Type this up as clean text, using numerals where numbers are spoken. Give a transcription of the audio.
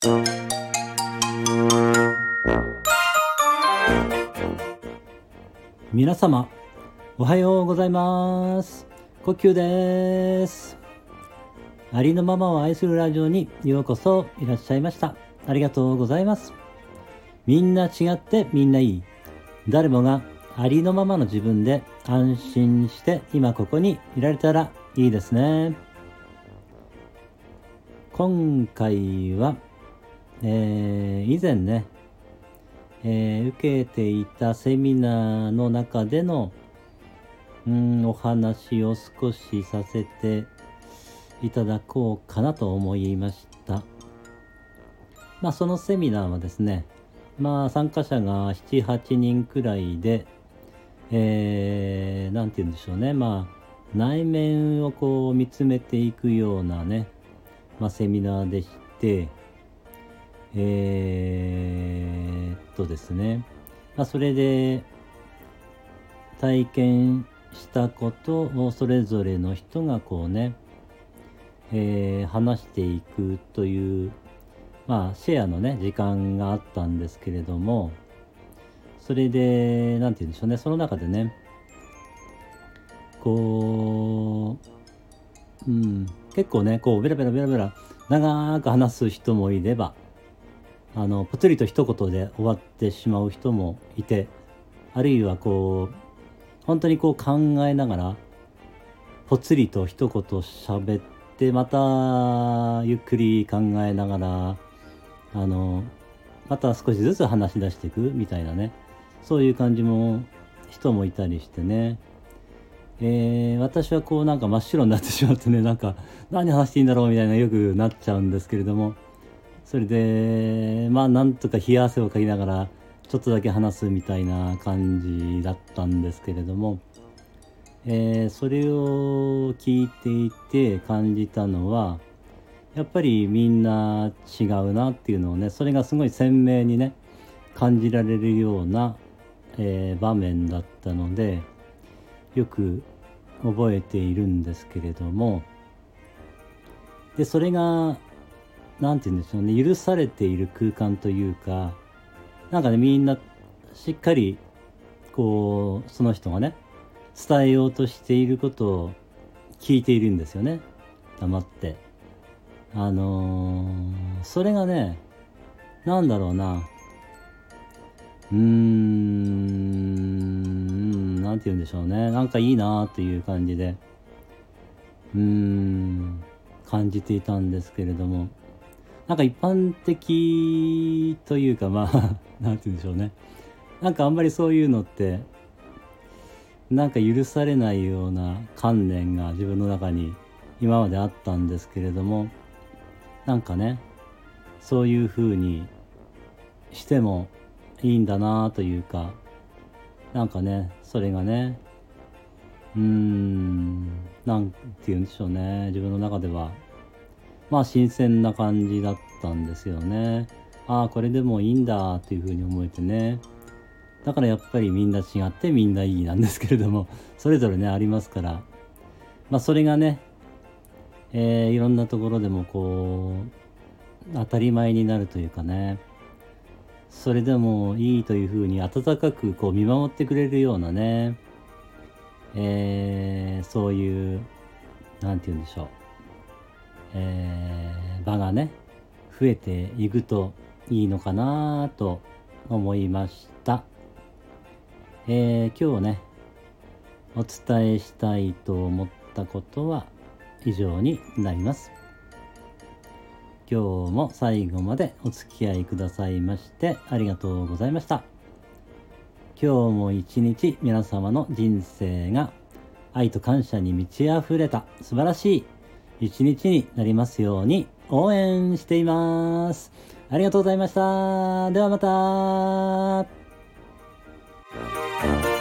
皆様おはようございます。呼吸です。ありのままを愛するラジオにようこそいらっしゃいました。ありがとうございます。みんな違ってみんないい。誰もがありのままの自分で安心して今ここにいられたらいいですね。今回は、以前ね、受けていたセミナーの中でのお話を少しさせていただこうかなと思いました。そのセミナーはですね、参加者が7、8人くらいで、なんて言うんでしょうね、内面をこう見つめていくようなね、セミナーでして、ですね、それで体験したことをそれぞれの人がこうね、話していくというシェアのね時間があったんですけれども、それでなんて言うんでしょうね、その中でねこう、結構ねこうベラベラ長く話す人もいれば、ぽつりと一言で終わってしまう人もいて、あるいはこう本当にこう考えながらぽつりと一言喋ってまたゆっくり考えながらまた少しずつ話し出していくみたいなね、そういう感じも人もいたりしてね、私はこう真っ白になってしまってね、何話していいんだろうみたいなよくなっちゃうんですけれども、それでなんとか冷や汗をかきながらちょっとだけ話すみたいな感じだったんですけれども、それを聞いていて感じたのは、やっぱりみんな違うなっていうのをね、それがすごい鮮明にね感じられるような、場面だったのでよく覚えているんですけれども、でそれがなんて言うんでしょうね、許されている空間というか、みんなしっかりこうその人がね伝えようとしていることを聞いているんですよね、黙って。それがね、なんだろうな、なんて言うんでしょうね、いいなという感じで感じていたんですけれども、一般的というかなんて言うんでしょうね、あんまりそういうのって許されないような観念が自分の中に今まであったんですけれども、そういう風にしてもいいんだなというか、それがねなんて言うんでしょうね、自分の中では新鮮な感じだったんですよね。これでもいいんだという風に思えてね。だからやっぱりみんな違ってみんないいなんですけれども、それぞれねありますから、それがね、いろんなところでもこう当たり前になるというかね、それでもいいというふうに温かくこう見守ってくれるようなね、そういうなんて言うんでしょう、場がね増えていくといいのかなと思いました。今日ねお伝えしたいと思ったことは以上になります。今日も最後までお付き合いくださいましてありがとうございました。今日も一日皆様の人生が愛と感謝に満ち溢れた素晴らしい一日になりますように応援しています。ありがとうございました。ではまた。